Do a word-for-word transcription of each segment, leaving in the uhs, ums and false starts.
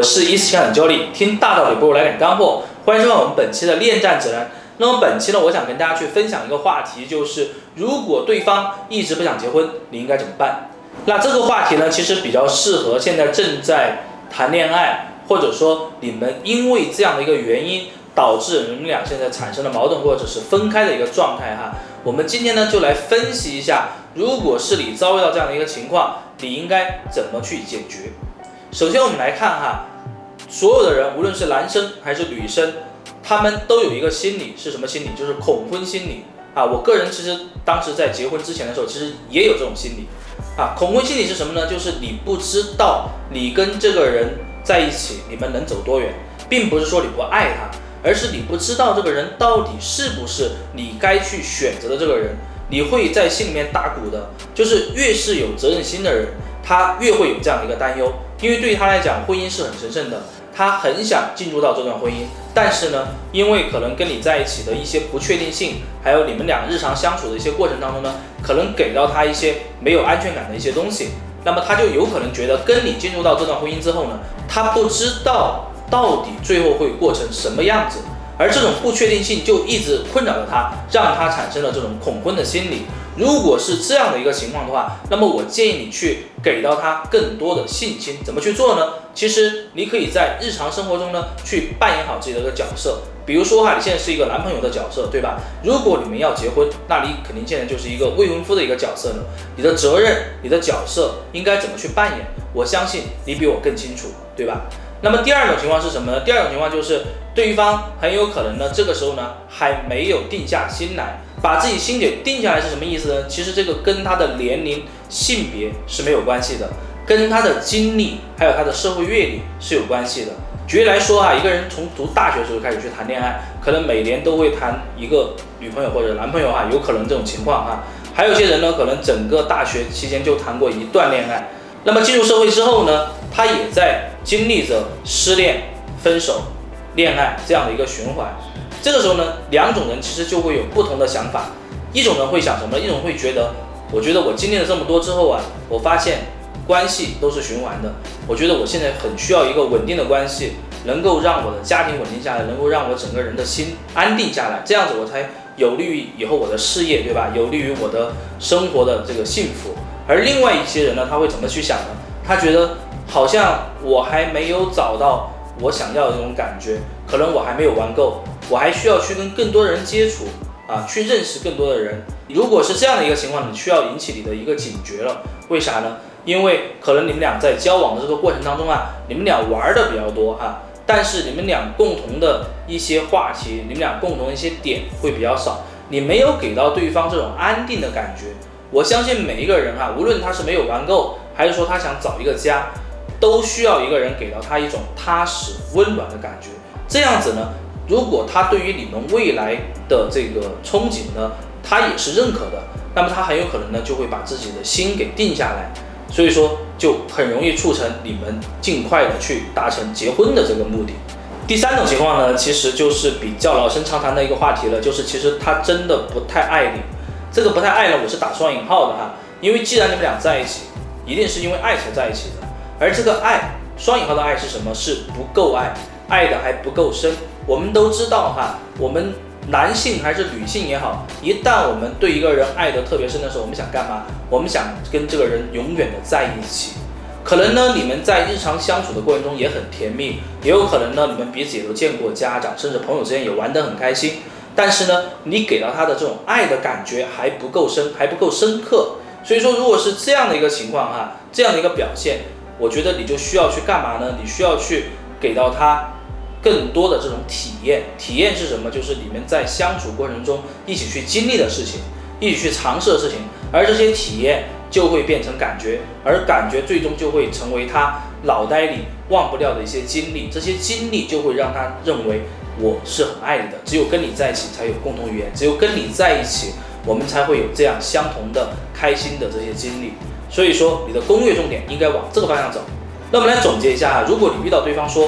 我是一思情感教练，听大道理不如来点干货。欢迎收看我们本期的恋战指南。那么本期呢，我想跟大家去分享一个话题，就是如果对方一直不想结婚，你应该怎么办？那这个话题呢，其实比较适合现在正在谈恋爱，或者说你们因为这样的一个原因导致你们俩现在产生了矛盾或者是分开的一个状态哈。我们今天呢就来分析一下，如果是你遭遇到这样的一个情况，你应该怎么去解决？首先我们来看哈，所有的人无论是男生还是女生，他们都有一个心理，是什么心理？就是恐婚心理啊。我个人其实当时在结婚之前的时候，其实也有这种心理啊。恐婚心理是什么呢？就是你不知道你跟这个人在一起，你们能走多远，并不是说你不爱他，而是你不知道这个人到底是不是你该去选择的这个人，你会在心里面打鼓的。就是越是有责任心的人，他越会有这样的一个担忧，因为对于他来讲，婚姻是很神圣的，他很想进入到这段婚姻，但是呢，因为可能跟你在一起的一些不确定性，还有你们俩日常相处的一些过程当中呢，可能给到他一些没有安全感的一些东西，那么他就有可能觉得跟你进入到这段婚姻之后呢，他不知道到底最后会过成什么样子，而这种不确定性就一直困扰着他，让他产生了这种恐婚的心理。如果是这样的一个情况的话，那么我建议你去给到他更多的信心。怎么去做呢？其实你可以在日常生活中呢去扮演好自己的一个角色。比如说哈，你现在是一个男朋友的角色，对吧？如果你们要结婚，那你肯定现在就是一个未婚夫的一个角色了。你的责任、你的角色应该怎么去扮演？我相信你比我更清楚，对吧？那么第二种情况是什么呢？第二种情况就是对方很有可能呢，这个时候呢还没有定下心来。把自己心给定下来是什么意思呢？其实这个跟他的年龄、性别是没有关系的，跟他的经历还有他的社会阅历是有关系的。举例来说啊，一个人从读大学的时候开始去谈恋爱，可能每年都会谈一个女朋友或者男朋友啊，有可能这种情况啊。还有些人呢，可能整个大学期间就谈过一段恋爱，那么进入社会之后呢，他也在经历着失恋、分手、恋爱这样的一个循环。这个时候呢，两种人其实就会有不同的想法。一种人会想什么？一种会觉得，我觉得我经历了这么多之后啊，我发现关系都是循环的。我觉得我现在很需要一个稳定的关系，能够让我的家庭稳定下来，能够让我整个人的心安定下来，这样子我才有利于以后我的事业，对吧？有利于我的生活的这个幸福。而另外一些人呢，他会怎么去想呢？他觉得好像我还没有找到我想要的这种感觉，可能我还没有玩够。我还需要去跟更多的人接触啊，去认识更多的人。如果是这样的一个情况，你需要引起你的一个警觉了。为啥呢？因为可能你们俩在交往的这个过程当中啊，你们俩玩的比较多啊，但是你们俩共同的一些话题，你们俩共同的一些点会比较少，你没有给到对方这种安定的感觉。我相信每一个人啊，无论他是没有玩够，还是说他想找一个家，都需要一个人给到他一种踏实温暖的感觉。这样子呢，如果他对于你们未来的这个憧憬呢，他也是认可的，那么他很有可能呢就会把自己的心给定下来，所以说就很容易促成你们尽快的去达成结婚的这个目的。第三种情况呢，其实就是比较老生常谈的一个话题了，就是其实他真的不太爱你。这个不太爱呢，我是打双引号的哈，因为既然你们俩在一起，一定是因为爱才在一起的，而这个爱，双引号的爱是什么？是不够爱，爱的还不够深。我们都知道哈，我们男性还是女性也好，一旦我们对一个人爱得特别深的时候，我们想干嘛？我们想跟这个人永远的在一起。可能呢，你们在日常相处的过程中也很甜蜜，也有可能呢，你们彼此也都见过家长，甚至朋友之间也玩得很开心。但是呢，你给到他的这种爱的感觉还不够深，还不够深刻。所以说，如果是这样的一个情况哈，这样的一个表现，我觉得你就需要去干嘛呢？你需要去给到他更多的这种体验。体验是什么？就是你们在相处过程中一起去经历的事情，一起去尝试的事情，而这些体验就会变成感觉，而感觉最终就会成为他脑袋里忘不掉的一些经历，这些经历就会让他认为我是很爱你的，只有跟你在一起才有共同语言，只有跟你在一起，我们才会有这样相同的开心的这些经历。所以说你的攻略重点应该往这个方向走。那我们来总结一下哈，如果你遇到对方说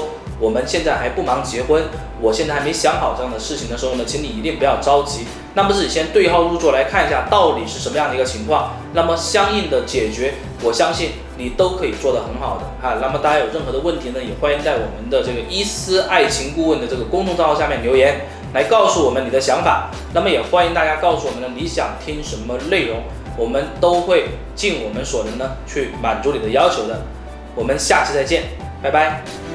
我们现在还不忙结婚，我现在还没想好这样的事情的时候呢，请你一定不要着急，那么自己先对号入座来看一下到底是什么样的一个情况，那么相应的解决，我相信你都可以做得很好的啊。那么大家有任何的问题呢，也欢迎在我们的这个伊思爱情顾问的这个公众账号下面留言，来告诉我们你的想法。那么也欢迎大家告诉我们呢，你想听什么内容，我们都会尽我们所能呢去满足你的要求的。我们下期再见，拜拜。